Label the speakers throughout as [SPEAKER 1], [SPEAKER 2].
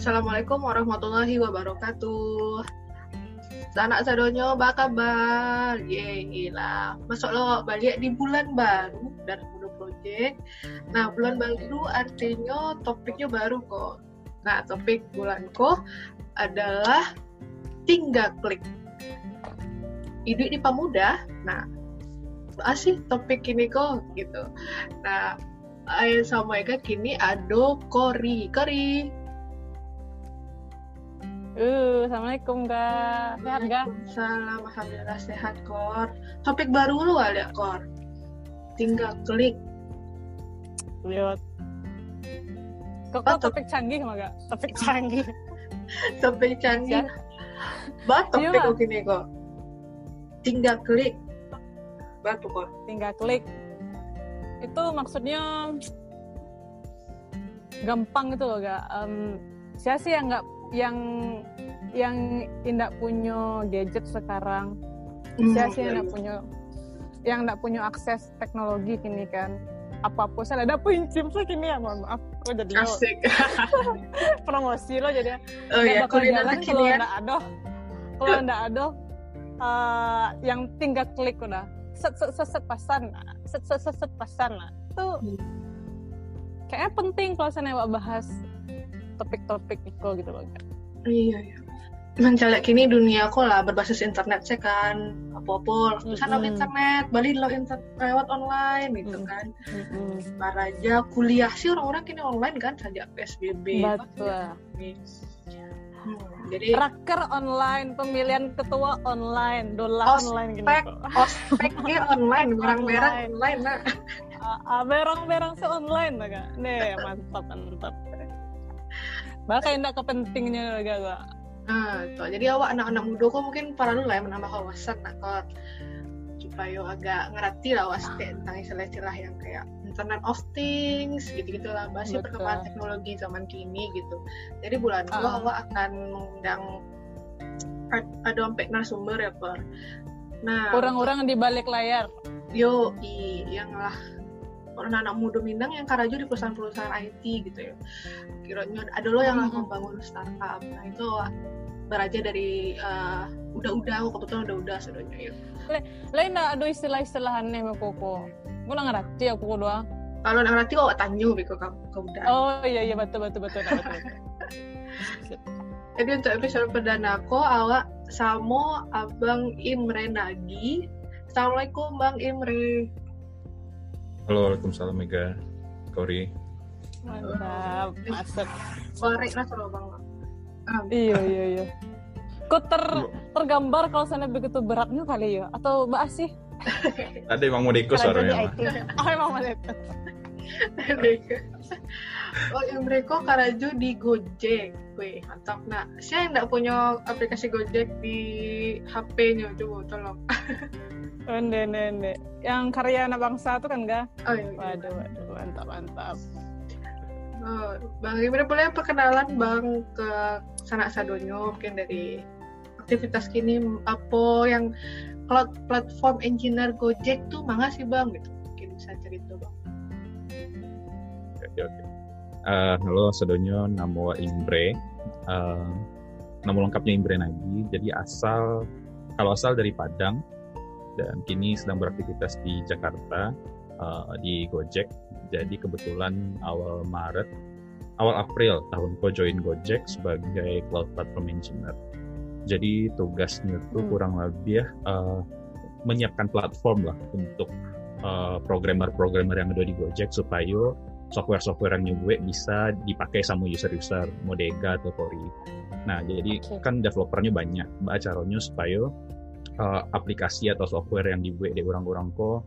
[SPEAKER 1] Assalamualaikum warahmatullahi wabarakatuh. Sanak sadonyo, apa kabar? Gila. Masuk lo balik di bulan baru dari Mudo Project. Nah, bulan baru artinya topiknya baru kok. Nah, topik bulanku adalah tinggal klik. Hidup di Pamuda. Nah, asih topik ini kok gitu. Nah, sama Eka kini ada Kori.
[SPEAKER 2] Assalamualaikum Kak. Sehat Kak?
[SPEAKER 1] Salam, alhamdulillah sehat Kor. Topik baru lu ada Kor. Tinggal klik.
[SPEAKER 2] Lihat. Kok topik canggih mah Kak? Topik canggih.
[SPEAKER 1] Topik canggih. Bat topik
[SPEAKER 2] Iya,
[SPEAKER 1] gini kok. Tinggal klik. Batu Kor.
[SPEAKER 2] Tinggal klik. Itu maksudnya gampang gitu loh Kak. Saya sih yang tidak punya gadget sekarang. Saya sih yang tidak punya akses teknologi kini kan. Apapun saya ada pincim saya kini ya, mohon maaf. Oh jadi
[SPEAKER 1] Asik.
[SPEAKER 2] promosi lo jadi.
[SPEAKER 1] Oh ya,
[SPEAKER 2] bakal
[SPEAKER 1] kuliner
[SPEAKER 2] jalan kalau
[SPEAKER 1] kekinian.
[SPEAKER 2] tidak ada. Kalau tidak ada yang tinggal klik udah. Set pasan. Set pasan lah. Itu kayaknya penting kalau saya bahas topik-topik itu gitu loh.
[SPEAKER 1] Iya. Mencalek kini dunia kok lah berbasis internet sih kan. Apa-apa sana internet, balik lo internet lewat online gitu kan. Baraja kuliah sih orang-orang kini online kan sejak PSBB.
[SPEAKER 2] Betul.
[SPEAKER 1] Jadi
[SPEAKER 2] Raker online, pemilihan ketua online, dolar online gitu.
[SPEAKER 1] ospeknya online, barang-barang online nah.
[SPEAKER 2] Berang-berang se-online lah Kak. Nih, mantap. Bahkan tidak kepentingnya juga.
[SPEAKER 1] Nah, tuh. Jadi awak anak-anak muda kok mungkin perlu lah menambah wawasan kok supaya agak ngerti lah tentang istilah-istilah yang kayak Internet of Things gitu-gitu lah, bahasa perkembangan teknologi zaman kini gitu. Jadi bulan awak akan mengundang ada sampai narasumber ya Pak. Nah,
[SPEAKER 2] orang-orang di balik layar.
[SPEAKER 1] Yang lah anak muda Minang yang karaju di perusahaan-perusahaan IT gitu ya. Kiranya ada lo yang membangun startup. Nah itu beraja dari udah kebetulan sebenarnya ya.
[SPEAKER 2] Lain ada istilah-istilahannya sama Koko. Gue nggak ngerti aku doang.
[SPEAKER 1] Kalau nggak ngerti kok tanyo biko kamu udah.
[SPEAKER 2] Oh iya betul.
[SPEAKER 1] Jadi untuk episode perdana aku awak sama Abang Imre Nagi. Assalamualaikum Bang Imre.
[SPEAKER 3] Halo, waalaikumsalam Mega, Kori.
[SPEAKER 2] Mantap, masuk.
[SPEAKER 1] Korek lah kalau Bang.
[SPEAKER 2] Iya. Kok tergambar kalau sana begitu beratnya kali ya? Atau Mbak Asih?
[SPEAKER 3] Ada emang mau diikut suaranya.
[SPEAKER 2] Emang mau diikut.
[SPEAKER 1] Oh, Imre kok karaju di Gojek. Wih, mantap. Nah, saya yang nggak punya aplikasi Gojek di HP-nya, coba tolong.
[SPEAKER 2] Nene. Yang karya anak bangsa itu kan enggak?
[SPEAKER 1] Oh iya.
[SPEAKER 2] Waduh, mantap.
[SPEAKER 1] Oh, Bang Imre boleh perkenalan Bang ke sanak sadonyo mungkin dari aktivitas kini apa yang cloud platform engineer Gojek tuh mangga sih Bang gitu. Mungkin bisa cerita Bang.
[SPEAKER 3] Oke. Halo sadonyo, nama Imre. Nama lengkapnya Imre Nagi. Jadi asal dari Padang. Dan kini sedang beraktivitas di Jakarta di Gojek. Jadi kebetulan awal April tahun join Gojek sebagai Cloud Platform Engineer. Jadi tugasnya tuh kurang lebih menyiapkan platform lah untuk programmer yang ada di Gojek supaya software yang gue bisa dipakai sama user-user Modega atau Kori. Nah jadi kan developernya banyak, caranya supaya aplikasi atau software yang dibuat di orang-orang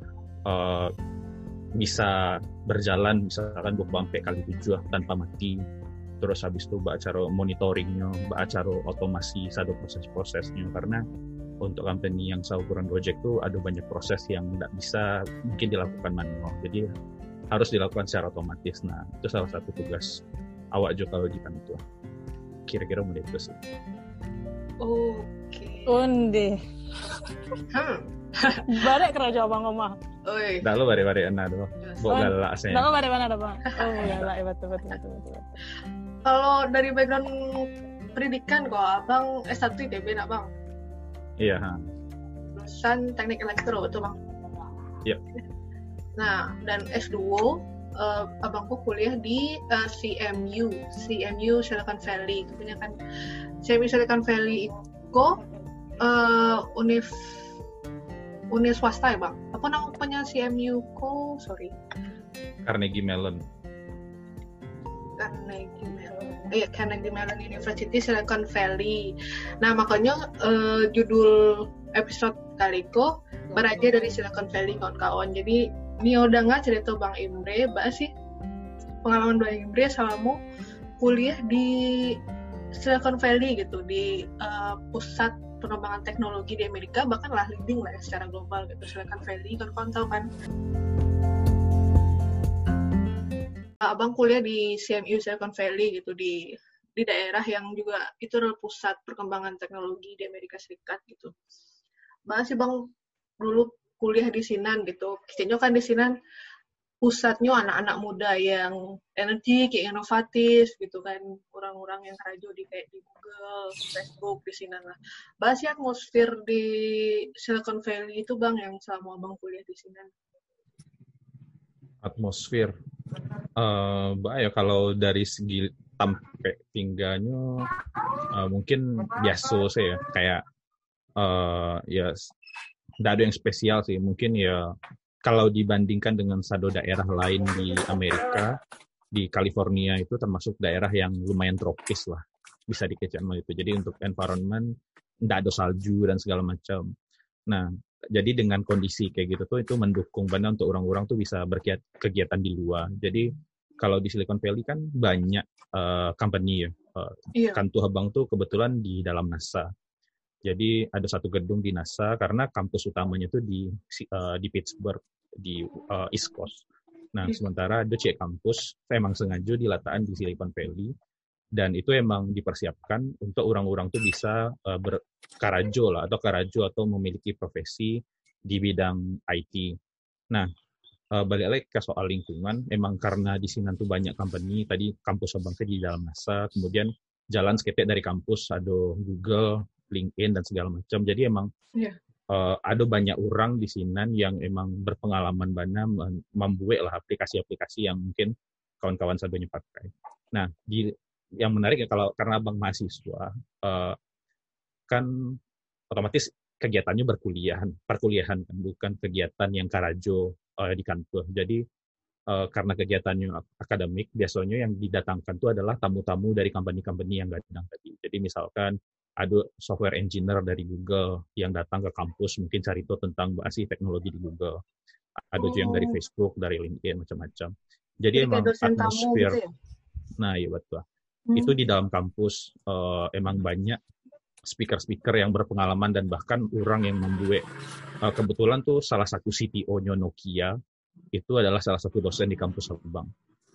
[SPEAKER 3] bisa berjalan misalkan 2 kali 7 tanpa mati. Terus habis itu cara monitoringnya, cara otomasi satu proses-prosesnya, karena untuk company yang seukuran Gojek tuh ada banyak proses yang tidak bisa mungkin dilakukan manual, jadi harus dilakukan secara otomatis. Nah itu salah satu tugas awak juga kalau di kantor. Kira-kira mulai itu sih.
[SPEAKER 1] Oke.
[SPEAKER 2] Onde. Barek kerja abang omah.
[SPEAKER 1] Oi.
[SPEAKER 3] Dah lo bare-bare enak tuh. Bok galak saya.
[SPEAKER 2] Nggak barek mana ada bang? Oh galak ya betul.
[SPEAKER 1] Kalau dari background pendidikan kok abang S1 ITB nak bang?
[SPEAKER 3] Iya.
[SPEAKER 1] Lulusan teknik elektro betul bang?
[SPEAKER 3] Iya.
[SPEAKER 1] Nah dan S2 abangku kuliah di CMU Silicon Valley. Kebanyakan CMU Silicon Valley itu univ swasta ya bang? Apa namanya CMU ko? Sorry.
[SPEAKER 3] Carnegie Mellon.
[SPEAKER 1] Carnegie Mellon University Silicon Valley. Nah makanya judul episode kali itu beraja dari Silicon Valley kawan-kawan. Jadi ini udah nggak cerita Bang Imre, sih pengalaman Bang Imre selama kuliah di Silicon Valley gitu, di pusat pengembangan teknologi di Amerika, bahkan lah leading lah ya secara global gitu Silicon Valley. Kan tahu kan? Abang kuliah di CMU Silicon Valley gitu di daerah yang juga itu adalah pusat perkembangan teknologi di Amerika Serikat gitu. Sih Bang dulu kuliah di Sinan gitu. Kayaknya kan di Sinan pusatnya anak-anak muda yang energik, yang inovatif gitu kan, orang-orang yang kerja di Google, Facebook di Sinan lah. Sih atmosfer di Silicon Valley itu Bang yang selama Abang kuliah di Sinan.
[SPEAKER 3] Atmosfer. Ya kalau dari segi sampai tinggalnya mungkin biasa sih ya, kayak ya nggak ada yang spesial sih, mungkin ya kalau dibandingkan dengan satu daerah lain di Amerika, di California itu termasuk daerah yang lumayan tropis lah, bisa dikecam itu. Jadi untuk environment nggak ada salju dan segala macam. Nah jadi dengan kondisi kayak gitu tuh itu mendukung banget untuk orang-orang tuh bisa berkegiatan di luar. Jadi kalau di Silicon Valley kan banyak company ya. Kantor Abang tuh kebetulan di dalam NASA. Jadi ada satu gedung di NASA karena kampus utamanya tuh di Pittsburgh di East Coast. Nah sementara ada kampus emang sengaja diletakkan di Silicon Valley dan itu emang dipersiapkan untuk orang-orang tuh bisa karajo atau memiliki profesi di bidang IT. Nah balik lagi ke soal lingkungan, emang karena di sini tuh banyak company, tadi kampus Abang di dalam NASA, kemudian jalan seketek dari kampus ada Google, LinkedIn dan segala macam. Jadi emang ada banyak orang di sini yang emang berpengalaman banyak membuat lah aplikasi-aplikasi yang mungkin kawan-kawan sadonya pakai. Nah, yang menarik ya karena Abang mahasiswa, kan otomatis kegiatannya perkuliahan kan, bukan kegiatan yang karajo di kantor. Jadi karena kegiatannya akademik, biasanya yang didatangkan itu adalah tamu-tamu dari company-company yang datang tadi. Jadi misalkan ada software engineer dari Google yang datang ke kampus, mungkin cari tahu tentang teknologi di Google. Ada juga yang dari Facebook, dari LinkedIn, macam-macam. Jadi emang atmosfer. Gitu ya? Nah, iya betul. Itu di dalam kampus emang banyak speaker-speaker yang berpengalaman dan bahkan orang yang membuat kebetulan tuh salah satu CTO-nya Nokia itu adalah salah satu dosen di kampus Abang.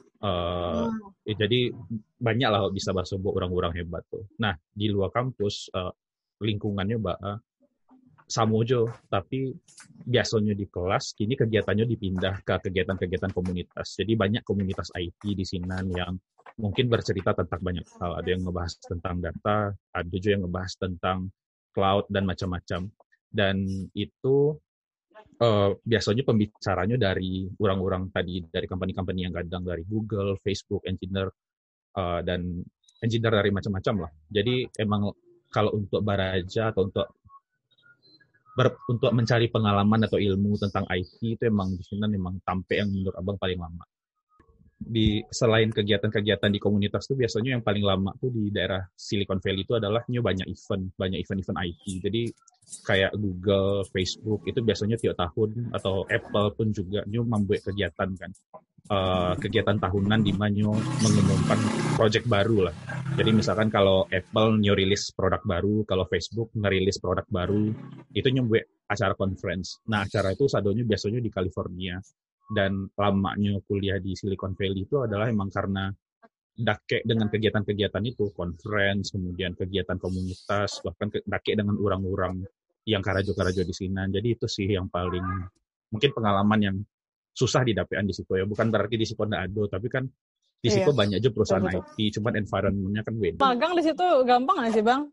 [SPEAKER 3] Jadi banyak lah bisa bahasa orang-orang hebat tuh. Nah di luar kampus lingkungannya sama aja, tapi biasanya di kelas kini kegiatannya dipindah ke kegiatan-kegiatan komunitas. Jadi banyak komunitas IT di Sinan yang mungkin bercerita tentang banyak hal. Ada yang ngebahas tentang data, ada juga yang ngebahas tentang cloud dan macam-macam. Dan itu biasanya pembicaranya dari orang-orang tadi, dari company-company yang kadang dari Google, Facebook, engineer, dan engineer dari macam-macam lah. Jadi emang kalau untuk baraja atau untuk mencari pengalaman atau ilmu tentang IT itu emang di sini memang sampai yang menurut Abang paling lama. Selain kegiatan-kegiatan di komunitas itu biasanya yang paling lama tuh di daerah Silicon Valley itu adalah banyak event IT. Jadi kayak Google, Facebook itu biasanya tiap tahun atau Apple pun juga membuat kegiatan kan. Kegiatan tahunan di mana mengumumkan project baru lah. Jadi misalkan kalau Apple rilis produk baru, kalau Facebook ngerilis produk baru, itu membuat acara conference. Nah acara itu sadonya biasanya di California. Dan lamanya kuliah di Silicon Valley itu adalah emang karena dake dengan kegiatan-kegiatan itu, conference, kemudian kegiatan komunitas, bahkan dake dengan orang-orang yang karajo-karajo di sini. Jadi itu sih yang paling mungkin pengalaman yang susah didapean di situ ya. Bukan berarti di situ nggak ada, tapi kan di situ
[SPEAKER 2] Iya,
[SPEAKER 3] banyak aja perusahaan
[SPEAKER 2] betul.
[SPEAKER 3] IT, cuman environment-nya kan beda.
[SPEAKER 2] Magang di situ gampang nggak sih Bang?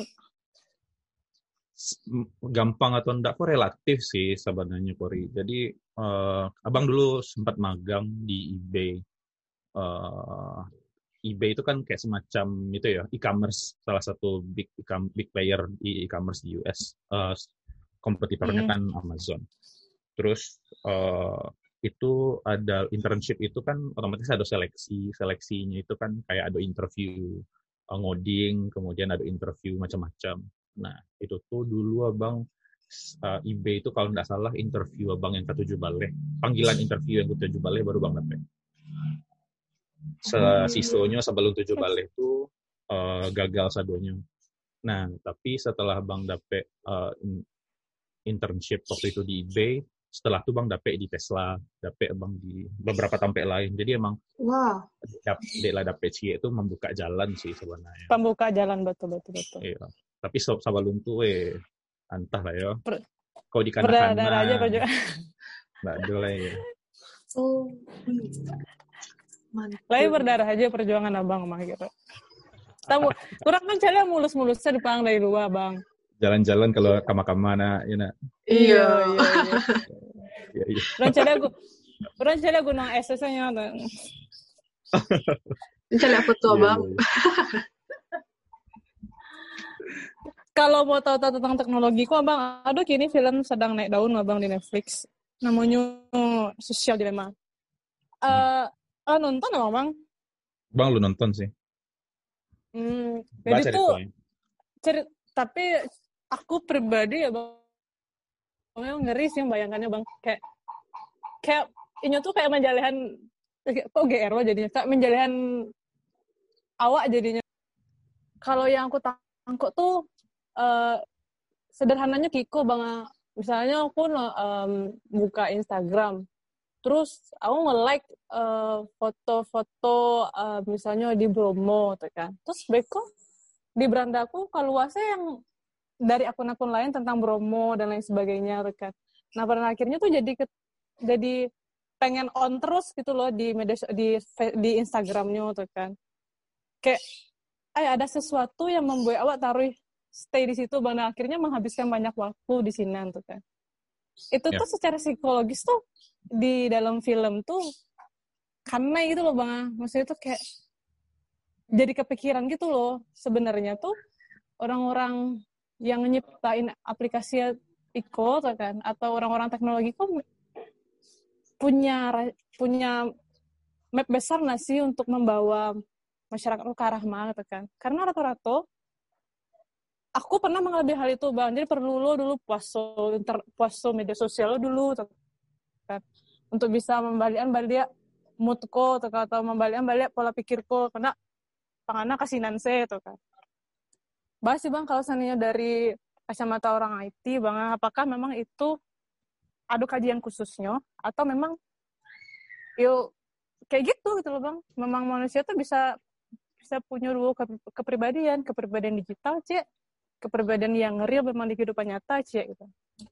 [SPEAKER 3] Gampang atau enggak kok relatif sih sebenarnya Kori. Jadi abang dulu sempat magang di eBay. eBay itu kan kayak semacam itu ya, e-commerce, salah satu big player di e-commerce di US. Kompetitornya kan Amazon. Terus itu ada internship itu kan otomatis ada seleksinya itu kan kayak ada interview ngoding, kemudian ada interview macam-macam. Nah itu tuh dulu abang eBay itu kalau nggak salah interview abang yang ke-7 balik, panggilan interview yang ke-7 balik baru bang dapet. Sisanya sebelum 7 balik itu gagal sadonya. Nah tapi setelah bang dapet internship waktu itu di eBay, setelah itu bang dapet di Tesla, dapet bang di beberapa tempat lain. Jadi emang dapet cie itu membuka jalan sih sebenarnya.
[SPEAKER 2] Pembuka jalan, betul.
[SPEAKER 3] Iya. Tapi sebelum itu antah lah ya. Kau di
[SPEAKER 2] kanan-kanan berdarah aja perjuangan.
[SPEAKER 3] Nggak ada lah ya.
[SPEAKER 2] Lagi berdarah aja perjuangan abang mah gitu. Tahu kurang kan cara mulus-mulusnya dipang dari luar bang.
[SPEAKER 3] Jalan-jalan kalau kama-kama ya.
[SPEAKER 2] Iya.
[SPEAKER 3] Iya.
[SPEAKER 2] Rencana gunung SS-nya tuh.
[SPEAKER 1] Rencana foto bang.
[SPEAKER 2] Kalau mau tahu tentang teknologi kok abang, aduh kini film sedang naik daun abang di Netflix. Namanya Social Dilemma. Nonton apa bang?
[SPEAKER 3] Bang lu nonton sih.
[SPEAKER 2] Jadi tuh tapi aku pribadi ya bang, ngeri sih bayangkannya bang. Kayak ini tuh kayak menjalihan kok GR jadinya kayak menjalihan awak jadinya. Kalau yang aku tangkap tuh sederhananya Kiko bang, misalnya aku buka Instagram, terus aku nge-like foto-foto misalnya di Bromo, tuh kan. Terus beko di beranda aku keluasnya yang dari akun-akun lain tentang Bromo dan lain sebagainya, tuh kan. Nah pada akhirnya tuh jadi pengen on terus gitu loh di media di Instagramnya, tuh kan. Kayak ada sesuatu yang membuat awak taruh stay di situ bang, dan akhirnya menghabiskan banyak waktu di sini tuh kan. Itu tuh secara psikologis tuh di dalam film tuh karena gitu loh bang, maksudnya tuh kayak jadi kepikiran gitu loh sebenarnya tuh orang-orang yang nyiptain aplikasi Iko tuh kan, atau orang-orang teknologi kok punya map besar nggak sih untuk membawa masyarakat ke arah mana tuh kan. Karena rata-rata aku pernah mengalami hal itu bang, jadi perlu lo dulu puaso media sosial lo dulu kan, untuk bisa membalik moodko atau membalik pola pikirku, karena pangana kasinan se itu kan. Bahas sih bang kalau seandainya dari kacamata orang IT bang, apakah memang itu ada kajian khususnya atau memang yuk kayak gitu loh bang, memang manusia tuh bisa punya dua kepribadian digital kepribadian yang real memang di kehidupan nyata gitu.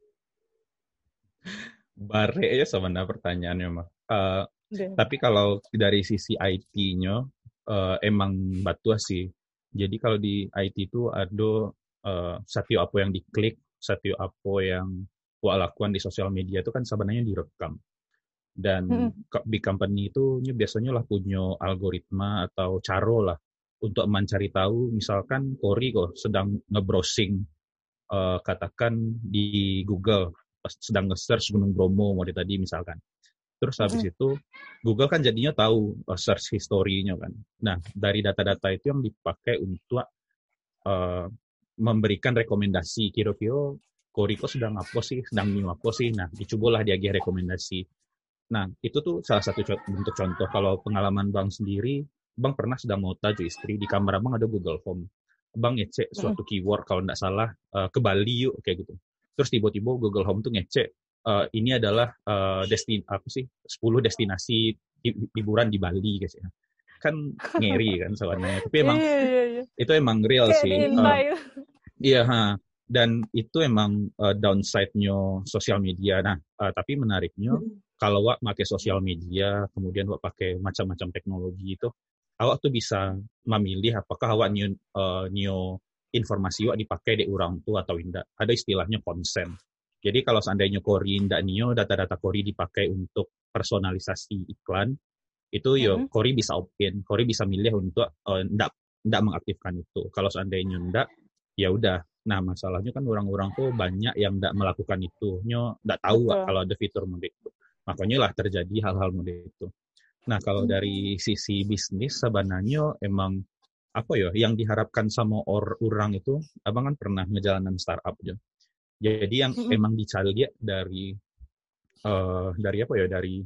[SPEAKER 3] Bare aja sebenarnya pertanyaannya mah. Tapi kalau dari sisi IT-nya emang batu sih. Jadi kalau di IT itu ada satu apa yang diklik, satu apa yang lakukan di sosial media itu kan sebenarnya direkam. Dan big company itu biasanya lah punya algoritma atau cara lah untuk mencari tahu, misalkan Kori kok sedang nge-browsing katakan di Google, sedang nge-search Gunung Bromo model tadi misalkan. Terus habis itu Google kan jadinya tahu search history-nya kan. Nah, dari data-data itu yang dipakai untuk memberikan rekomendasi, kira-kira Kori kok sedang apa sih, sedang apa sih. Nah, dicobalah dia rekomendasi. Nah, itu tuh salah satu bentuk contoh. Kalau pengalaman Bang sendiri, Bang pernah sedang mau tajuk istri, di kamar Bang ada Google Home. Bang ngecek suatu keyword, kalau nggak salah, ke Bali yuk, kayak gitu. Terus tiba-tiba Google Home tuh ngecek, ini adalah 10 destinasi liburan di Bali, guys ya. Kan ngeri kan sebenarnya. Tapi emang itu emang real sih. Iya, Dan itu emang downside-nya sosial media. Nah, tapi menariknya kalau wak pakai sosial media, kemudian wak pakai macam-macam teknologi itu, awak tuh bisa memilih apakah awak new informasi wak dipakai di orang tua atau tidak. Ada istilahnya konsen. Jadi kalau seandainya Kori ndak nio data-data Kori dipakai untuk personalisasi iklan, itu yo Kori bisa opt-in, Kori bisa milih untuk ndak mengaktifkan itu. Kalau seandainya ndak, ya udah. Nah, masalahnya kan orang-orang tuh banyak yang ndak melakukan itu, nyo ndak tahu kalau ada fitur mode itu. Makanya lah terjadi hal-hal mode itu. Nah, kalau dari sisi bisnis sebenarnya emang apa ya yang diharapkan sama orang itu, abang kan pernah ngejalanin startup aja. Jadi yang emang dicari dia dari apa ya, dari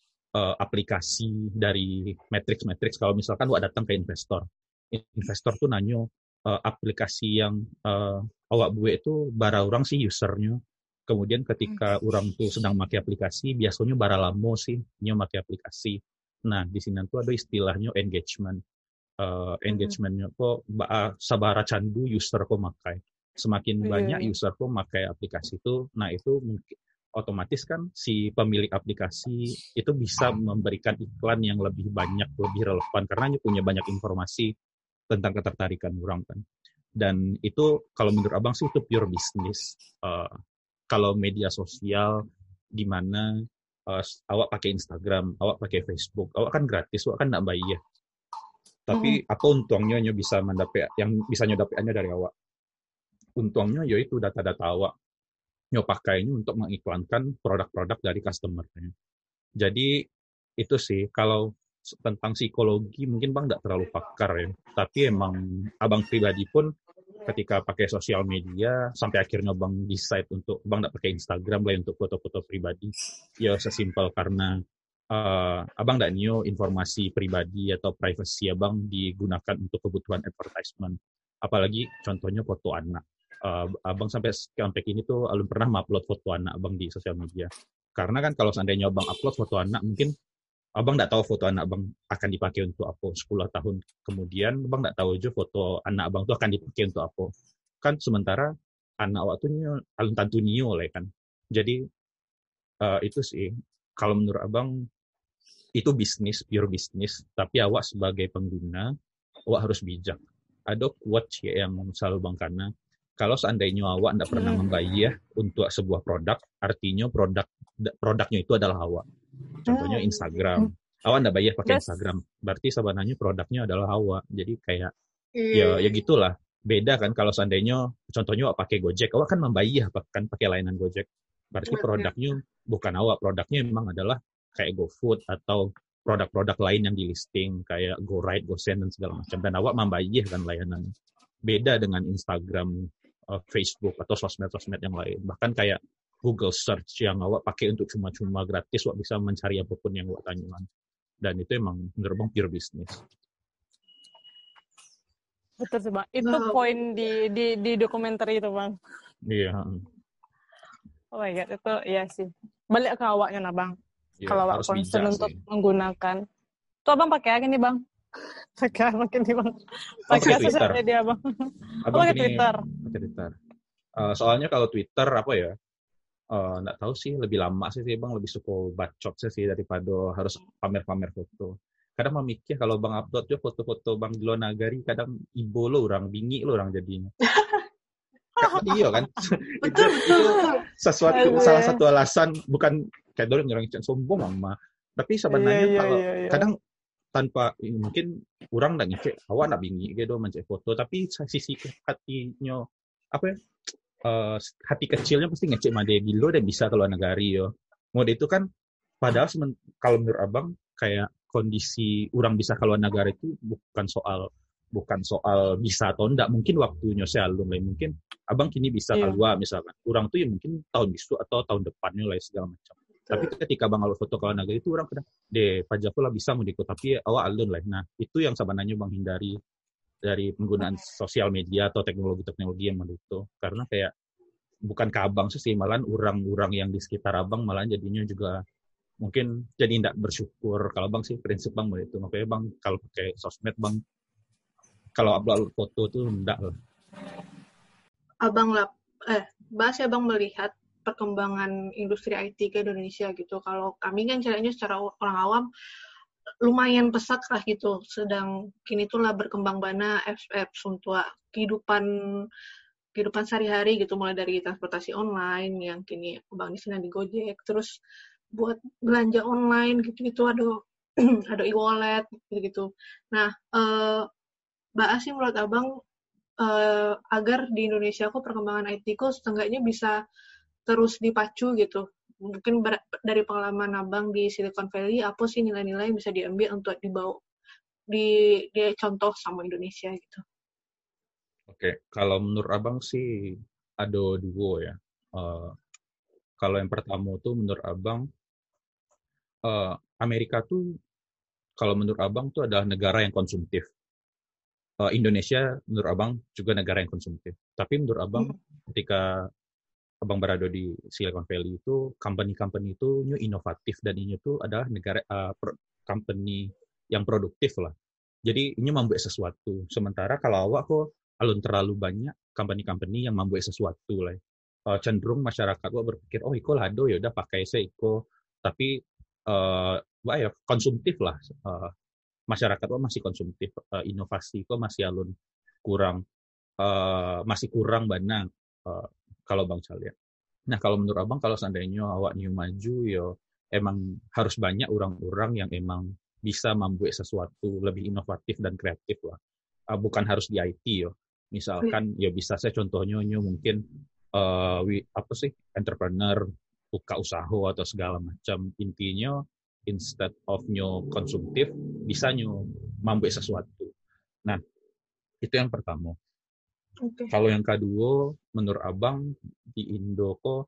[SPEAKER 3] aplikasi, dari matrix. Kalau misalkan wak datang ke investor tuh nanyo aplikasi yang awak buat itu bara orang sih usernya. Kemudian ketika orang tuh sedang pakai aplikasi, biasanya bara lamo sih nyo pakai aplikasi. Nah, di sini tuh ada istilahnya engagement. Engagementnya kok sabara candu user kok makai. Semakin banyak user kok makai aplikasi itu, nah itu mungkin otomatis kan si pemilik aplikasi itu bisa memberikan iklan yang lebih banyak, lebih relevan karena dia punya banyak informasi tentang ketertarikan orang kan. Dan itu kalau menurut abang sih itu pure bisnis. Kalau media sosial di mana awak pakai Instagram, awak pakai Facebook, awak kan gratis, awak kan nggak bayar. Tapi apa untungnya nyo bisa mendapat yang bisa nyo dapatnya dari awak? Untungnya yaitu data-data awak nyo pakainya untuk mengiklankan produk-produk dari customer-nya. Jadi itu sih kalau tentang psikologi mungkin bang nggak terlalu pakar ya. Tapi emang abang pribadi pun ketika pakai sosial media sampai akhirnya bang decide untuk bang nggak pakai Instagram lah untuk foto-foto pribadi. Ya sesimpel karena abang nggak nio informasi pribadi atau privacy abang digunakan untuk kebutuhan advertisement. Apalagi contohnya foto anak. Abang sampai kini tuh belum pernah upload foto anak abang di sosial media. Karena kan kalau seandainya abang upload foto anak, mungkin abang nggak tahu foto anak abang akan dipakai untuk apa 10 tahun kemudian. Abang nggak tahu aja foto anak abang tuh akan dipakai untuk apa. Kan sementara anak waktunya alun tantu nio lah kan. Jadi itu sih kalau menurut abang itu bisnis, pure bisnis, tapi awak sebagai pengguna, awak harus bijak. Ada quote yang selalu bang Kana, kalau seandainya awak tidak pernah membayar untuk sebuah produk, artinya produknya itu adalah awak. Contohnya Instagram. Awak tidak bayar pakai Instagram, berarti sebenarnya produknya adalah awak. Jadi kayak, ya gitulah. Beda kan kalau seandainya, contohnya awak pakai Gojek, awak kan membayar kan pakai layanan Gojek. Berarti produknya bukan awak, produknya memang adalah kayak GoFood atau produk-produk lain yang di listing kayak GoRide, GoSend dan segala macam. Dan awak membayar kan layanan. Beda dengan Instagram, Facebook atau sosmed-sosmed yang lain. Bahkan kayak Google Search yang awak pakai untuk cuma-cuma gratis, awak bisa mencari apapun yang awak tanyakan. Dan itu emang menurut bang pure bisnis.
[SPEAKER 2] Betul sih bang. Itu poin di dokumenter itu bang.
[SPEAKER 3] Iya.
[SPEAKER 2] Oh my god, itu iya sih. Balik ke awaknya nah bang. Ya, kalau awak concern untuk menggunakan. Tuh abang pakai apa nih bang? Pakai apa nih bang? Pakai sosial media bang.
[SPEAKER 3] Abang
[SPEAKER 2] pakai Twitter.
[SPEAKER 3] Pakai Twitter. Soalnya kalau Twitter apa ya? Nggak tahu sih, lebih lama sih bang, lebih suka bacot sih daripada harus pamer-pamer foto. Kadang memikir kalau bang upload juga foto-foto bang di luar negeri, kadang ibo lo orang, bingi lo orang jadinya. Iya kan? itu salah satu alasan, bukan kayak dulu orang sombong mama, tapi sebenarnya kalau kadang tanpa mungkin orang nggak ngecek, awak nggak bingi gitu mencek foto, tapi sisi hatinya apa ya? Hati kecilnya pasti ngecek made gilo dan bisa keluar negari yo. Mode itu kan padahal kalau menurut abang kayak kondisi orang bisa keluar negara itu bukan soal bisa atau enggak, mungkin waktunya saya alun lah, mungkin abang kini bisa keluar misalkan orang tuh ya mungkin tahun besok atau tahun depannya lah segala macam. Tapi ketika bang alur foto keluar negara itu orang kena pajak lah bisa mau diikut, tapi awal alun lah. Nah itu yang sebenarnya bang hindari dari penggunaan sosial media atau teknologi yang itu, karena kayak bukan ke abang sih, malahan orang-orang yang di sekitar abang malahan jadinya juga mungkin jadi tidak bersyukur. Kalau bang sih prinsip bang itu, makanya bang kalau pakai sosmed bang kalau upload foto tuh enggak lah.
[SPEAKER 1] Abang bahas ya Bang melihat perkembangan industri IT ke Indonesia gitu. Kalau kami kan caranya secara orang awam lumayan pesat lah gitu. Sedang kini tuh lah berkembang bana apps-apps untuk kehidupan kehidupan sehari-hari gitu, mulai dari transportasi online yang kini Bang di sini di Gojek, terus buat belanja online gitu-gitu ada e-wallet gitu-gitu. Nah, Mbak sih menurut Abang agar di Indonesia kok perkembangan IT kok setengahnya bisa terus dipacu gitu. Mungkin dari pengalaman Abang di Silicon Valley, apa sih nilai-nilai yang bisa diambil untuk dibawa di contoh sama Indonesia gitu.
[SPEAKER 3] Oke, kalau menurut Abang sih ada dua ya. Eh, Kalau yang pertama tuh menurut Abang, Amerika tuh kalau menurut Abang tuh adalah negara yang konsumtif. Indonesia menurut Abang juga negara yang konsumtif. Tapi menurut Abang ketika Abang berada di Silicon Valley itu, company-company itu new inovatif dan ini tuh adalah negara company yang produktif lah. Jadi ini membuat sesuatu. Sementara kalau awak kok alun terlalu banyak company-company yang membuat sesuatu lah. Cenderung masyarakat gua berpikir, oh iko lado ya udah pakai saya iko. Tapi ya konsumtif lah. Masyarakat gua masih konsumtif. Inovasi kok masih alun kurang, masih kurang banyak. Kalau Bang Cal ya. Nah, kalau menurut Abang, kalau seandainya awak new maju, ya emang harus banyak orang-orang yang emang bisa membuat sesuatu lebih inovatif dan kreatif lah. Bukan harus di IT ya. Misalkan, ya bisa saya contohnya mungkin apa sih entrepreneur, buka usaha atau segala macam. Intinya, instead of nyo konsumtif, bisa nyo membuat sesuatu. Nah, itu yang pertama.
[SPEAKER 1] Okay.
[SPEAKER 3] Kalau yang kedua, menurut Abang, di Indo kok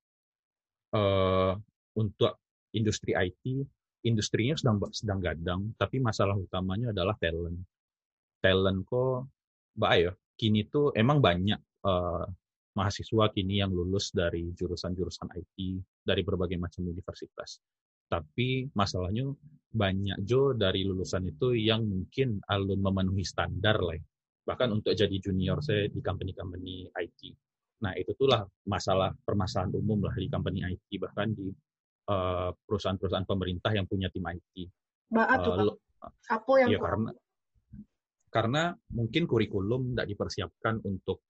[SPEAKER 3] untuk industri IT, industrinya sedang gadang, tapi masalah utamanya adalah talent. Talent kok, ya, kini tuh emang banyak mahasiswa kini yang lulus dari jurusan-jurusan IT dari berbagai macam universitas. Tapi masalahnya banyak dari lulusan itu yang mungkin alun memenuhi standar lah. Bahkan untuk jadi junior saya di company-company IT. Nah, itu itulah permasalahan umum lah di company IT, bahkan di perusahaan-perusahaan pemerintah yang punya tim IT.
[SPEAKER 1] Apa yang
[SPEAKER 3] ya, karena mungkin kurikulum tidak dipersiapkan untuk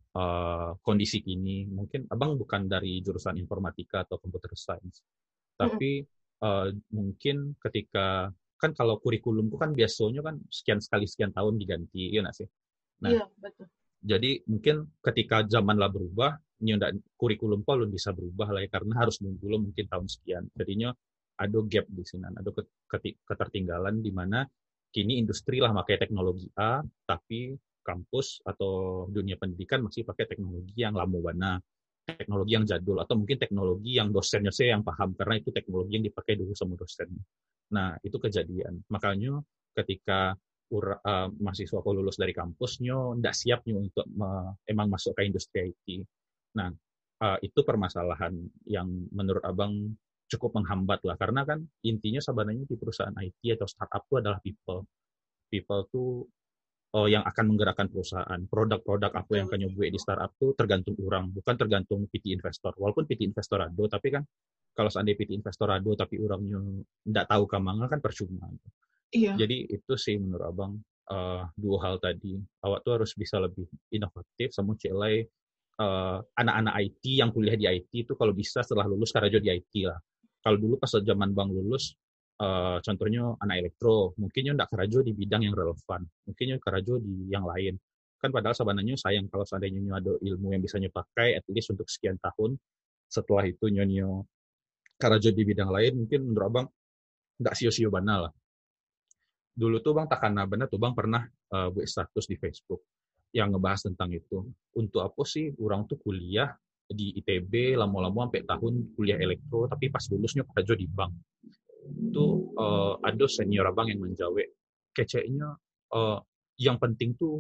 [SPEAKER 3] kondisi kini. Mungkin Abang bukan dari jurusan informatika atau computer science, tapi mungkin ketika kan kalau kurikulum itu kan biasanya kan sekian tahun diganti, ya nggak sih? Nah,
[SPEAKER 1] iya, betul.
[SPEAKER 3] Jadi mungkin ketika zaman lah berubah, kurikulum pun bisa berubah lah ya, karena harus nunggu mungkin tahun sekian. Jadinya ada gap di sini, ada ketertinggalan di mana kini industri lah pakai teknologi A, tapi kampus atau dunia pendidikan masih pakai teknologi yang lama bana, teknologi yang jadul, atau mungkin teknologi yang dosennya saya yang paham, karena itu teknologi yang dipakai dulu sama dosen. Nah, itu kejadian. Makanya ketika mahasiswa aku lulus dari kampusnya tidak siapnya untuk emang masuk ke industri IT. Nah, itu permasalahan yang menurut Abang cukup menghambat lah, karena kan intinya sebenarnya di perusahaan IT atau startup itu adalah people tuh yang akan menggerakkan perusahaan. Produk-produk apa yang akan nyobuin di startup tuh tergantung orang, bukan tergantung PT investor. Walaupun PT investor ada, tapi kan kalau seandainya PT investor ada tapi orangnya tidak tahu kemana kan percuma.
[SPEAKER 1] Iya.
[SPEAKER 3] Jadi itu sih menurut Abang dua hal tadi. Awak tuh harus bisa lebih inovatif sama celai anak-anak IT yang kuliah di IT itu kalau bisa setelah lulus kerja di IT lah. Kalau dulu pas zaman Bang lulus, contohnya anak elektro, mungkinnya tidak kerja di bidang yang relevan, mungkinnya kerja di yang lain. Kan padahal sebenarnya sayang kalau seandainya ada ilmu yang bisa pakai at least untuk sekian tahun, setelah itu nyonyo kerja di bidang lain, mungkin menurut Abang nggak sio-sio banal lah. Dulu tuh Bang takana bener tuh Bang pernah buat status di Facebook yang ngebahas tentang itu. Untuk apa sih orang tuh kuliah di ITB lama-lama sampai tahun kuliah elektro, tapi pas lulusnya kerja di bank. Itu ada senior Abang yang menjawab, keceknya yang penting tuh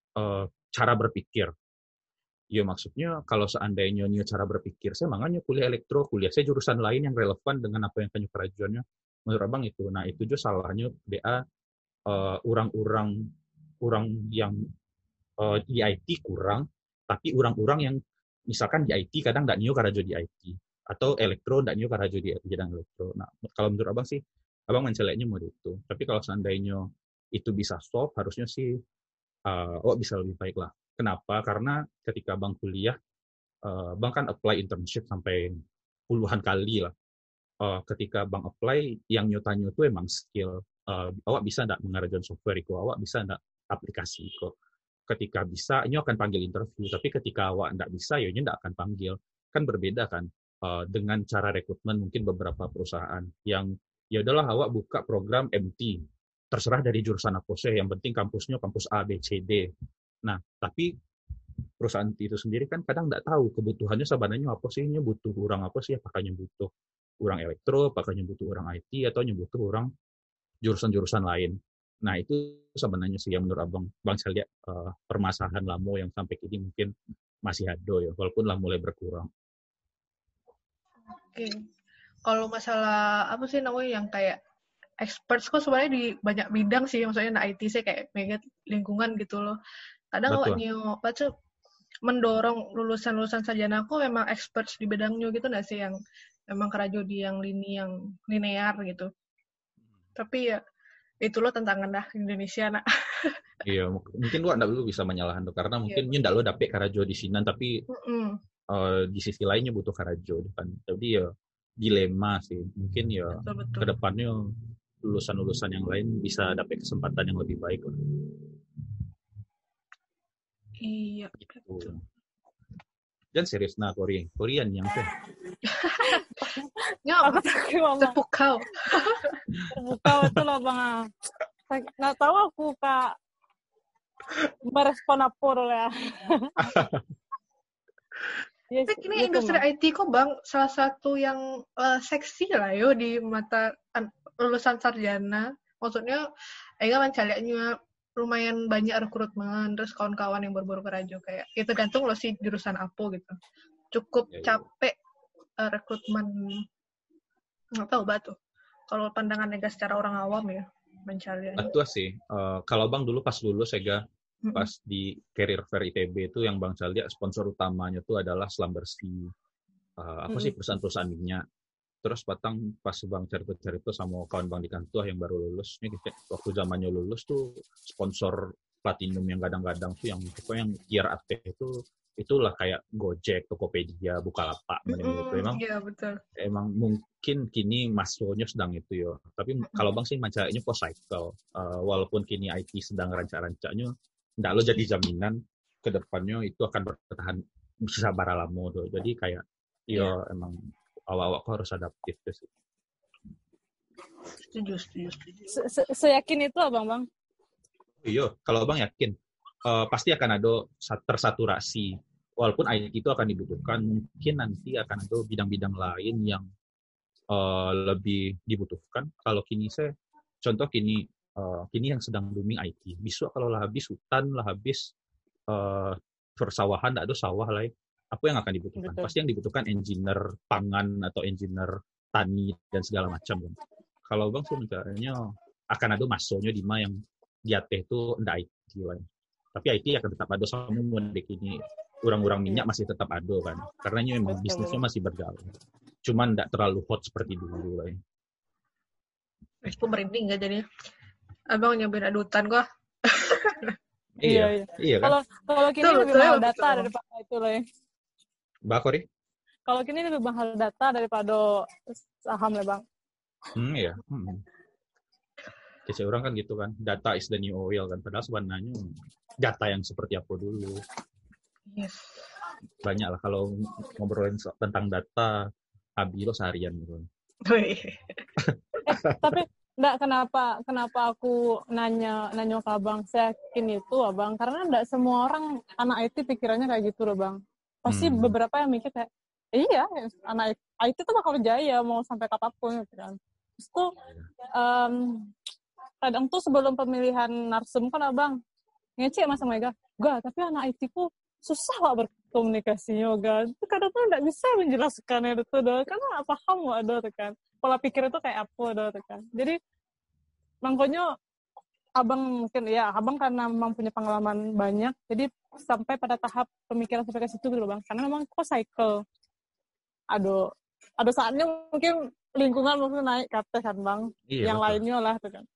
[SPEAKER 3] cara berpikir. Ya maksudnya kalau seandainya cara berpikir, saya makanya kuliah elektro, kuliah saya jurusan lain yang relevan dengan apa yang kanyu kerajuannya. Menurut Abang itu. Nah itu juga salahnya DA orang yang di IT kurang, tapi orang-orang yang misalkan di IT kadang nggak nio karajo di IT, atau elektro nggak nio karajo di bidang elektro. Nah, kalau menurut abang sih, abang menceleknya mau itu. Tapi kalau seandainya itu bisa stop, harusnya sih bisa lebih baik lah. Kenapa? Karena ketika abang kuliah, abang kan apply internship sampai puluhan kali lah. Ketika abang apply, yang nyuta-nyutu emang skill. Awak bisa nggak mengerjakan software itu? Awak bisa nggak aplikasi itu? Ketika bisa, ini akan panggil interview. Tapi ketika awak nggak bisa, ya ini nggak akan panggil. Kan berbeda kan dengan cara rekrutmen mungkin beberapa perusahaan yang ya udahlah awak buka program MT, terserah dari jurusan apa sih, yang penting kampusnya kampus A, B, C, D. Nah, tapi perusahaan itu sendiri kan kadang nggak tahu kebutuhannya sebenarnya apa sih, butuh orang apa sih, apakah butuh orang elektro, apakah butuh orang IT, atau butuh orang jurusan-jurusan lain. Nah, itu sebenarnya sih yang menurut Bang saya lihat permasalahan lamo yang sampai kini mungkin masih ada ya, walaupun lah mulai berkurang.
[SPEAKER 1] Oke. Kalau masalah apa sih namanya yang kayak experts kok sebenarnya di banyak bidang sih, maksudnya IT sih kayak mega lingkungan gitu loh. Kadang awak nio baca mendorong lulusan-lulusan sarjana aku memang experts di bidangnya gitu nggak sih, yang memang kerajo di yang yang linear gitu. Tapi ya itu loh tantangan dah Indonesia nak.
[SPEAKER 3] Iya, mungkin lu nggak bisa menyalahkan tuh, karena mungkin nggak lo dapet karajo di sini, tapi di sisi lainnya butuh karajo kan. Jadi ya dilema sih. Mungkin ya betul. Kedepannya lulusan-lulusan yang lain bisa dapet kesempatan yang lebih baik.
[SPEAKER 1] Iya. Gitu.
[SPEAKER 3] Dan serius Korean yang tuh.
[SPEAKER 1] Nyam, terpukau.
[SPEAKER 2] Terpukau itu loh Bang. Nggak tahu aku Kak merespon apa ya.
[SPEAKER 1] Yes, tapi ini industri IT kok Bang salah satu yang seksi lah yo di mata lulusan sarjana. Maksudnya Ega mencarinya lumayan banyak rekrutmen, terus kawan-kawan yang berburu kerajo kayak itu gantung lo sih jurusan apa gitu. Cukup capek rekrutmen, nggak tahu batu. Kalau pandangan Ega secara orang awam ya mencarinya.
[SPEAKER 3] Betul sih. Kalau Bang dulu pas lulus Ega pas di Career Fair ITB itu yang Bang saya lihat sponsor utamanya itu adalah Selam Bersih, sih perusahaan-perusahaan minyak. Terus pas Bang cerita sama kawan Bang di kantor yang baru lulus, ini waktu zamannya lulus tuh sponsor platinum yang kadang-kadang tuh yang tier AT itulah kayak Gojek, Tokopedia, Bukalapak, gitu. Emang mungkin kini masuknya sedang itu ya. Tapi kalau Bang sih mencarinya post cycle. Walaupun kini IT sedang rancak-rancaknya, nggak lo jadi jaminan ke depannya itu akan bertahan bisa bara lama tuh. Jadi kayak emang awak-awak harus adaptif sih.
[SPEAKER 1] Setuju.
[SPEAKER 2] Seyakin itu Bang?
[SPEAKER 3] Iya, kalau Bang yakin pasti akan ada tersaturasi. Walaupun IT itu akan dibutuhkan, mungkin nanti akan ada bidang-bidang lain yang lebih dibutuhkan. Kalau kini contoh kini yang sedang booming IT. Besok kalau lah habis hutan, lah habis persawahan, tak ada sawah lah. Apa yang akan dibutuhkan? Betul. Pasti yang dibutuhkan engineer pangan atau engineer tani dan segala macam. Kalau Bang sih misalnya akan ada masuknya di mana yang di AT itu ndak IT lah. Tapi IT akan tetap ada sama mudek ini. Orang-orang minyak masih tetap ada kan. Karena memang bisnisnya masih berjalan. Cuman ndak terlalu hot seperti dulu lah.
[SPEAKER 1] Aku merinding nggak jadinya. Abang nyobain adutan gua.
[SPEAKER 3] Iya kan?
[SPEAKER 2] Kalau kini lebih mahal data daripada itu lah.
[SPEAKER 3] Mbak Kori?
[SPEAKER 2] Kalau kini lebih mahal data daripada saham lah Bang.
[SPEAKER 3] Iya. Kece orang kan gitu kan, data is the new oil kan. Padahal sebenarnya data yang seperti apa dulu.
[SPEAKER 1] Yes.
[SPEAKER 3] Banyak lah kalau ngobrolin tentang data, habis lo seharian gitu.
[SPEAKER 2] Tapi enggak, kenapa aku nanya ke Abang, saya yakin itu Abang, karena enggak semua orang anak IT pikirannya kayak gitu loh Bang. Pasti beberapa yang mikir kayak, iya anak IT tuh bakal jaya mau sampai kapanpun gitu kan. Terus tuh kadang tuh sebelum pemilihan narsum kan Abang ngecek Mas Mega, gak, tapi anak IT ku susah lah berkomunikasinya kan. Kadang tuh enggak bisa menjelaskan itu doang, karena enggak paham ada tuh kan. Pola pikir itu kayak apa tuh kan. Jadi makanya abang mungkin ya, abang karena memang punya pengalaman banyak, jadi sampai pada tahap pemikiran sampai ke situ gitu bang. Karena memang kok cycle, ada saatnya mungkin lingkungan mungkin naik ke atas kan bang,
[SPEAKER 3] Iya,
[SPEAKER 2] yang
[SPEAKER 3] betul.
[SPEAKER 2] lainnya lah tuh kan.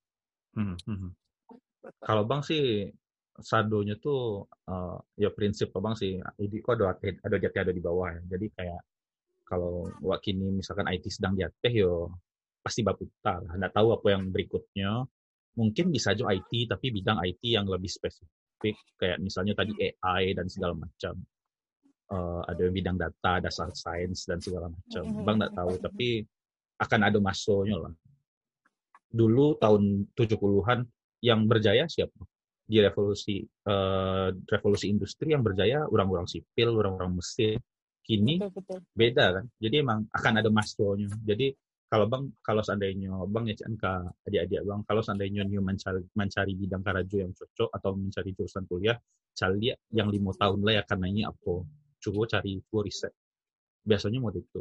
[SPEAKER 3] Kalau Bang sih saldonya tuh ya prinsip Bang sih, ini kok ada di atas ada di bawah ya. Jadi kayak kalau wakini misalkan IT sedang di atas yo pasti baputar. Nggak tahu apa yang berikutnya. Mungkin bisa aja IT tapi bidang IT yang lebih spesifik kayak misalnya tadi AI dan segala macam. Ada yang bidang data, data science dan segala macam. Bang nggak tahu tapi akan ada masanya lah. Dulu tahun 70-an yang berjaya siapa? Di revolusi industri yang berjaya orang-orang sipil, orang-orang mesin. Kini
[SPEAKER 2] Betul.
[SPEAKER 3] beda kan. Jadi emang akan ada masanya. Jadi kalau seandainya bang ya ke adik-adik bang, kalau seandainya new mencari bidang karajo yang cocok atau mencari jurusan kuliah, cari yang 5 tahun lah akan nanya apa. Coba cari riset. Biasanya mau itu.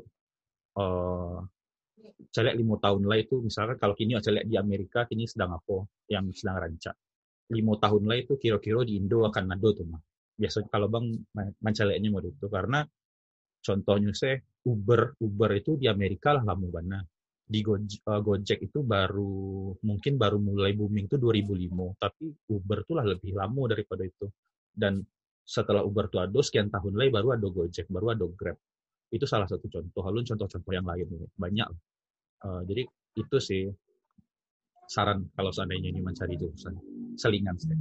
[SPEAKER 3] Saya lihat 5 tahun lah itu misalkan kalau kini saya lihat di Amerika kini sedang apa yang sedang rancang 5 tahun lah itu kira-kira di Indo akan ada tuh mah biasanya kalau bang mencarinya mau itu karena contohnya saya Uber itu di Amerika lah lama banget di Gojek itu mungkin baru mulai booming itu 2005 tapi Uber tuh lah lebih lama daripada itu dan setelah Uber tuh ada sekian tahun lagi baru ada Gojek baru ada Grab itu salah satu contoh lalu contoh-contoh yang lain banyak. Jadi itu sih saran kalau seandainya ini mencari jurusan selingan sih.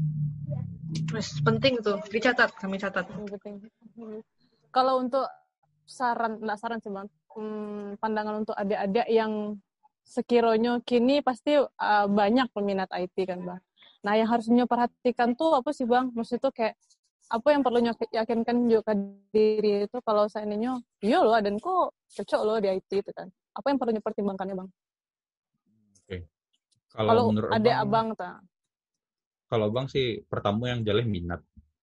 [SPEAKER 1] Penting tuh, dicatat, kami catat.
[SPEAKER 2] Penting. Kalau untuk nggak saran sih bang, pandangan untuk adik-adik yang sekiranya kini pasti banyak peminat IT kan bang. Nah yang harus perhatikan tuh apa sih bang? Maksudnya tuh kayak apa yang perlu yakinkan juga diri itu kalau seandainya iya loh dan kok cocok loh di IT itu kan. Apa yang perlu dipertimbangkannya bang?
[SPEAKER 3] Oke.
[SPEAKER 2] Kalau
[SPEAKER 3] menurut
[SPEAKER 2] abang tak?
[SPEAKER 3] Kalau abang sih pertama yang jelas minat.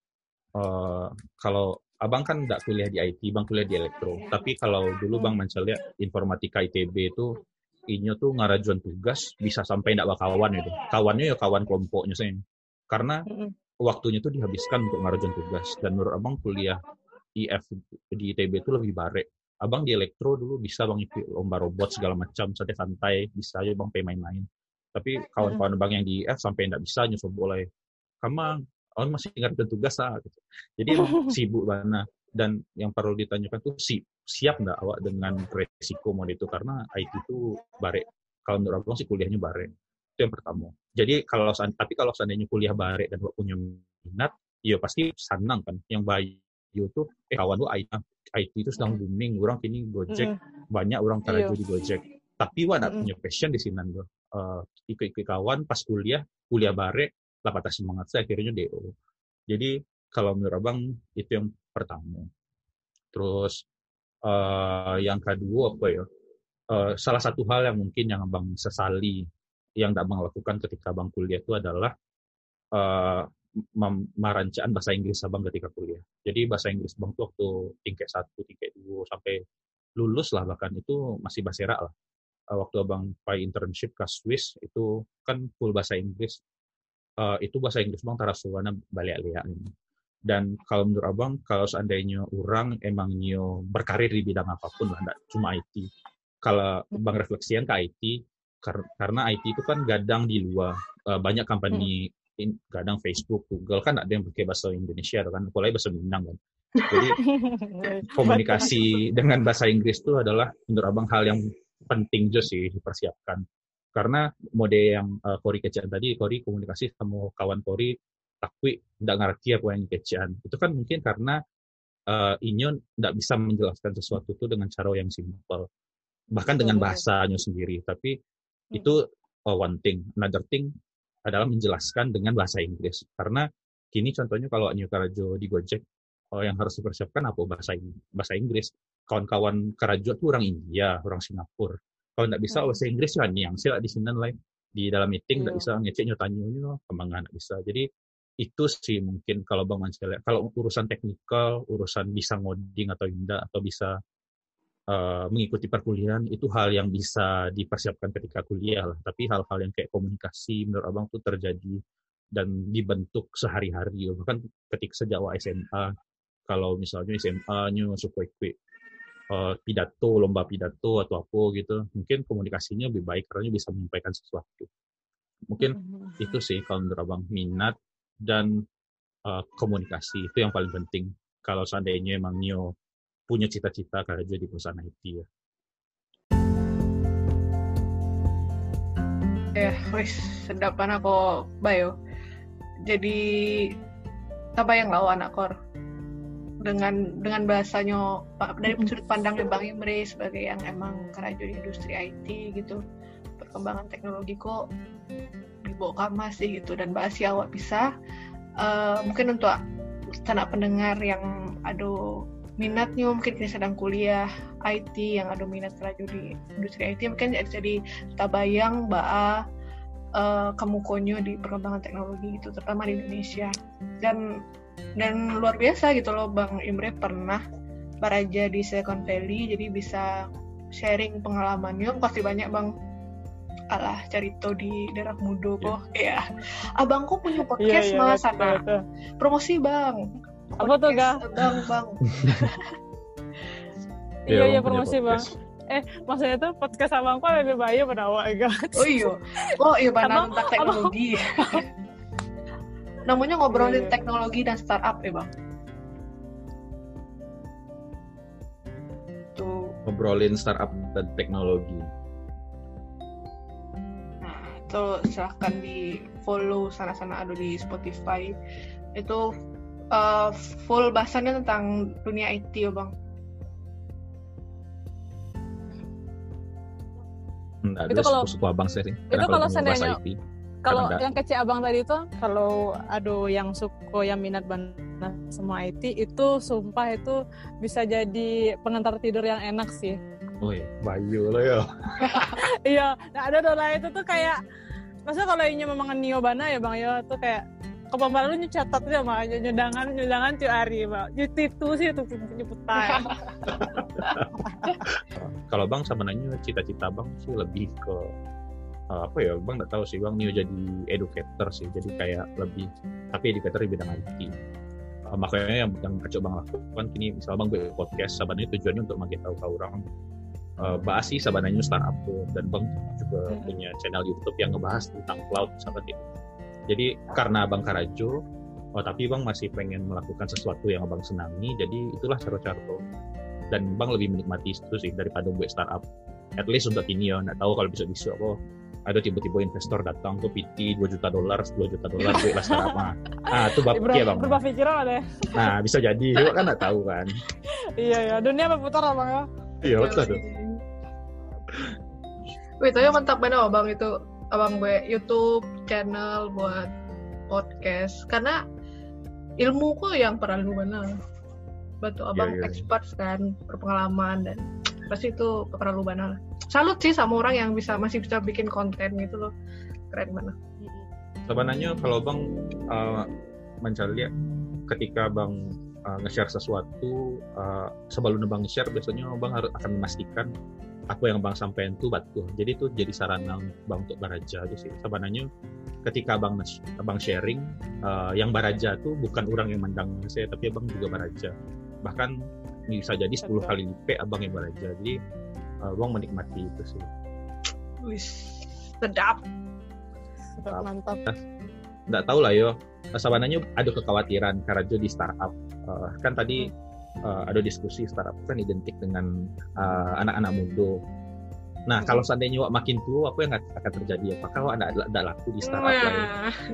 [SPEAKER 3] Kalau abang kan nggak kuliah di IT, bang kuliah di elektro. Tapi kalau dulu bang mencari informatika ITB itu inyo tuh ngarajuan tugas bisa sampai nggak bakawan itu. Kawannya ya kawan kelompoknya sih. Karena waktunya tuh dihabiskan untuk ngarajuan tugas. Dan menurut abang kuliah IF di ITB itu lebih bare. Abang di elektro dulu bisa bang ikut lomba robot segala macam, santai-santai, bisa aja bang main-main. Tapi kawan-kawan bang yang di IF sampai nggak bisa nyusul boleh. Kamu masih ngarajuan tugas lah. Gitu. Jadi emang sibuk banget. Dan yang perlu ditanyakan tuh siap nggak awak dengan resiko mau itu karena IT itu bare. Kalau menurut abang sih kuliahnya bare. Itu yang pertama. Jadi kalau seandainya kuliah bare dan awak punya minat, ya pasti senang kan. Yang baik itu kawan lu IT itu sedang booming orang kini Gojek banyak orang kerja di Gojek tapi wah nak punya passion di sini tuh ikut kawan pas kuliah bare lah patah semangat saya akhirnya DO jadi kalau menurut abang itu yang pertama terus yang kedua apa ya salah satu hal yang mungkin yang abang sesali yang abang lakukan ketika abang kuliah itu adalah merancaan bahasa Inggris abang ketika kuliah. Jadi bahasa Inggris bang tuh waktu tingkat 1, tingkat 2 sampai lulus lah bahkan itu masih bahasa lah. Waktu abang pai internship ke Swiss itu kan full bahasa Inggris. Itu bahasa Inggris bang tarasuana balik-balik ini. Dan kalau menurut abang kalau seandainya orang emang nyo berkarir di bidang apapun lah, enggak cuma IT. Kalau bang refleksian ke IT karena IT itu kan gadang di luar banyak company kadang Facebook, Google kan ada yang pakai bahasa Indonesia kan, apalagi bahasa Minang kan. Jadi komunikasi dengan bahasa Inggris itu adalah menurut abang hal yang penting juga sih dipersiapkan. Karena mode yang Kori kecian tadi, Kori komunikasi sama kawan Kori, tapi nggak ngerti apa yang kecian. Itu kan mungkin karena Inyo nggak bisa menjelaskan sesuatu itu dengan cara yang simpel. Bahkan dengan bahasanya sendiri. Tapi itu one thing. Another thing adalah menjelaskan dengan bahasa Inggris. Karena kini contohnya kalau New Karajo di Gojek, yang harus dipersiapkan apa bahasa Inggris. Kawan-kawan Karajo itu orang India, orang Singapura. Kalau nggak bisa bahasa Inggris ya yang sih di sini lah di dalam meeting nggak bisa ngecek nyotanya kembangan nggak bisa. Jadi itu sih mungkin kalau Bang Mansela. Kalau urusan teknikal, urusan bisa ngoding atau tidak atau bisa mengikuti perkuliahan itu hal yang bisa dipersiapkan ketika kuliah lah. Tapi hal-hal yang kayak komunikasi menurut abang tuh terjadi dan dibentuk sehari-hari. Bahkan ketika sejak SMA, kalau misalnya SMA-nya suka ikut pidato, lomba pidato atau apa gitu, mungkin komunikasinya lebih baik karena bisa menyampaikan sesuatu. Mungkin itu sih kalau menurut abang, minat dan komunikasi itu yang paling penting kalau seandainya emang Nio punya cita-cita kerja di perusahaan IT ya.
[SPEAKER 1] Wis sedapan aku bayo. Jadi tabayang lah anak kor dengan bahasanya dari sudut pandangnya Bang Imre sebagai yang emang kerja di industri IT gitu, perkembangan teknologi kok dibawa kama sih gitu, dan bahas awak bisa mungkin untuk anak pendengar yang ada minatnya mungkin kita sedang kuliah IT yang ada minat kerja di industri IT, mungkin jadi tabayang kemukonyo di perkembangan teknologi gitu, terutama di Indonesia. Dan luar biasa gitu loh, Bang Imre pernah beraja di Silicon Valley, jadi bisa sharing pengalamannya. Pasti banyak Bang alah cerita di daerah muda kok. Ya. Abangku punya podcast malah sana. Promosi Bang.
[SPEAKER 2] Apa tuh Kak?
[SPEAKER 1] Bang.
[SPEAKER 2] Iya promosi Bang. Maksudnya tuh podcast abangku lebih baik pada awak guys.
[SPEAKER 1] Oh iya benar tentang teknologi. Namanya ngobrolin teknologi dan startup ya Bang. Tuh.
[SPEAKER 3] Ngobrolin startup dan teknologi.
[SPEAKER 1] Nah itu silahkan di follow sana-sana, ada di Spotify. Itu full bahasannya tentang dunia IT ya Bang.
[SPEAKER 2] Itu kalau
[SPEAKER 3] suku abang sering.
[SPEAKER 2] Itu kalau seandainya kalau yang kecil abang tadi itu, kalau ada yang suka yang minat banget semua IT itu sumpah itu bisa jadi pengantar tidur yang enak sih.
[SPEAKER 3] Woi, Bayu lo ya.
[SPEAKER 2] Iya, nah ada dola itu tuh kayak, maksudnya kalau ini memang Nio Bana ya Bang ya, tuh kayak kepala lu nyecatat dia mah nyedangan tiap hari Bang. Itu sih itu nyebutan.
[SPEAKER 3] Kalau Bang sebenarnya cita-cita Bang sih lebih ke apa ya, Bang nggak tahu sih Bang, Nio jadi educator sih, jadi kayak lebih, tapi educator di bidang IT. Makanya yang coba Bang lakukan kini, misal Bang buat podcast, sebenarnya tujuannya untuk makin tahu orang bahas sih sebenarnya startup tuh, dan Bang juga punya channel YouTube yang ngebahas tentang cloud seperti itu. Jadi karena Abang Karajo, tapi Bang masih pengen melakukan sesuatu yang Abang senangi, jadi itulah cara-cara dan Bang lebih menikmati itu sih daripada buat startup. At least untuk ini ya, nggak tahu kalau bisa apa ada tiba-tiba investor datang ke PT $2 juta buat lah startup. Nah itu bapaknya Bang.
[SPEAKER 2] Berubah pikiran ada ya?
[SPEAKER 3] Nah bisa jadi, juga kan nggak tahu kan.
[SPEAKER 2] Iya dunia berputar Bang ya.
[SPEAKER 3] Iya betul tuh.
[SPEAKER 1] Wih, itu ya mantap banget Bang itu. Abang buat YouTube channel, buat podcast, karena ilmu kok yang perlu mana. Batu abang expert kan, berpengalaman, dan pasti itu perlu banget. Salut sih sama orang yang masih bisa bikin konten gitu loh, keren banget.
[SPEAKER 3] Sebenarnya kalau Bang mencari ketika Bang nge-share sesuatu, sebelum Bang share biasanya Bang harus akan memastikan apa yang Bang sampaikan itu betul. Jadi itu jadi sarana Bang untuk baraja aja sih. Sebenarnya ketika Bang sharing, yang baraja tuh bukan orang yang mandang saya, tapi Abang juga baraja. Bahkan bisa jadi 10 kali lipat Abang yang baraja. Jadi Bang menikmati itu sih.
[SPEAKER 1] Wih, sedap.
[SPEAKER 2] Mantap.
[SPEAKER 3] Nggak tahu lah yo. Sebenarnya ada kekhawatiran Karajo di startup. Kan tadi ada diskusi startup kan identik dengan anak-anak muda. Nah, kalau seandainya Wak makin tua, apa yang akan terjadi? Apakah Wak ada laku di startup lain?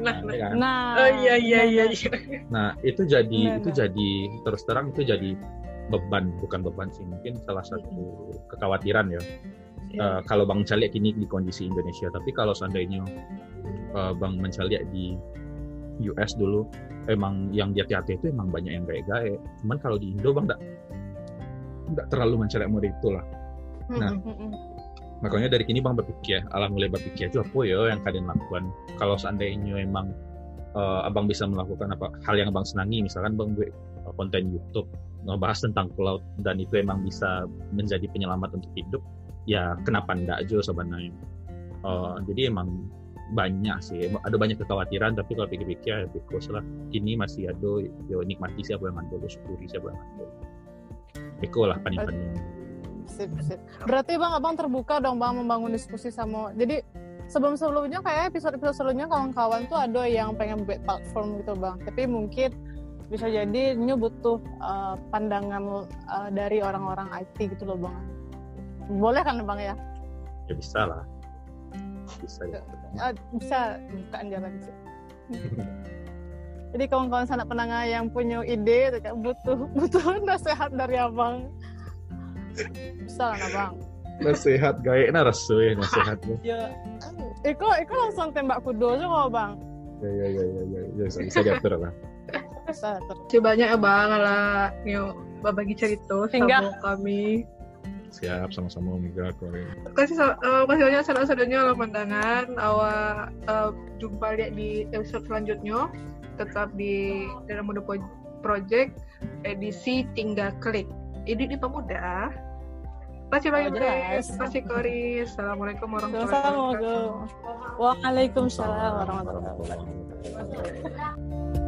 [SPEAKER 1] Iya.
[SPEAKER 3] Nah, itu jadi terus terang itu jadi bukan beban sih, mungkin salah satu kekhawatiran ya. Kalau Bang Caliak kini di kondisi Indonesia, tapi kalau seandainya Bang Mencaliak di US dulu, emang yang di hati-hati itu emang banyak yang gae-gae. Cuman kalau di Indo Bang nggak terlalu mencari mode itu lah. Nah, makanya dari kini Bang berpikir, mulai berpikir itu apa ya yang kalian lakukan. Kalau seandainya emang Abang bisa melakukan hal yang Abang senangi, misalkan Bang buat konten YouTube. ngebahas tentang cloud dan itu emang bisa menjadi penyelamat untuk hidup, ya kenapa enggak Jo sebenarnya. Jadi emang banyak sih, ada banyak kekhawatiran, tapi kalau pikir-pikir ya because lah kini masih ada, yo nikmati siapa yang ada, lo syukuri siapa yang ada. Eko lah panik-panik.
[SPEAKER 2] Sip. Berarti abang terbuka dong bang membangun diskusi sama. Jadi sebelumnya kayak episode sebelumnya kawan-kawan tuh ada yang pengen buat platform gitu bang. Tapi mungkin bisa jadi ini butuh pandangan dari orang-orang IT gitu loh bang. Boleh kan bang ya?
[SPEAKER 3] Ya bisa lah. Bisa ya.
[SPEAKER 2] Bisa bukaan jalan sih. Jadi kawan-kawan sanak pendengar yang punya ide butuh nasihat dari abang. Bisa lah bang.
[SPEAKER 3] Nasihat gaya rasu ya nasihatnya.
[SPEAKER 2] Ya, Iko langsung tembak kudo aja kok bang.
[SPEAKER 3] Ya bisa diatur lah.
[SPEAKER 2] Bisa.
[SPEAKER 1] Terima banyak ya bang lah yuk berbagi cerita sama kami.
[SPEAKER 3] Siap, sama-sama Omega Korea.
[SPEAKER 1] Kasih banyak saudara-saudaranya lo pandangan. Awak jumpa lihat di episode selanjutnya. Tetap di dalam mode project edisi tinggal klik. Edit di pemuda. Terima kasih banyak Terima kasih Koris. Assalamualaikum warahmatullahi wabarakatuh.
[SPEAKER 2] Waalaikumsalam warahmatullahi wabarakatuh.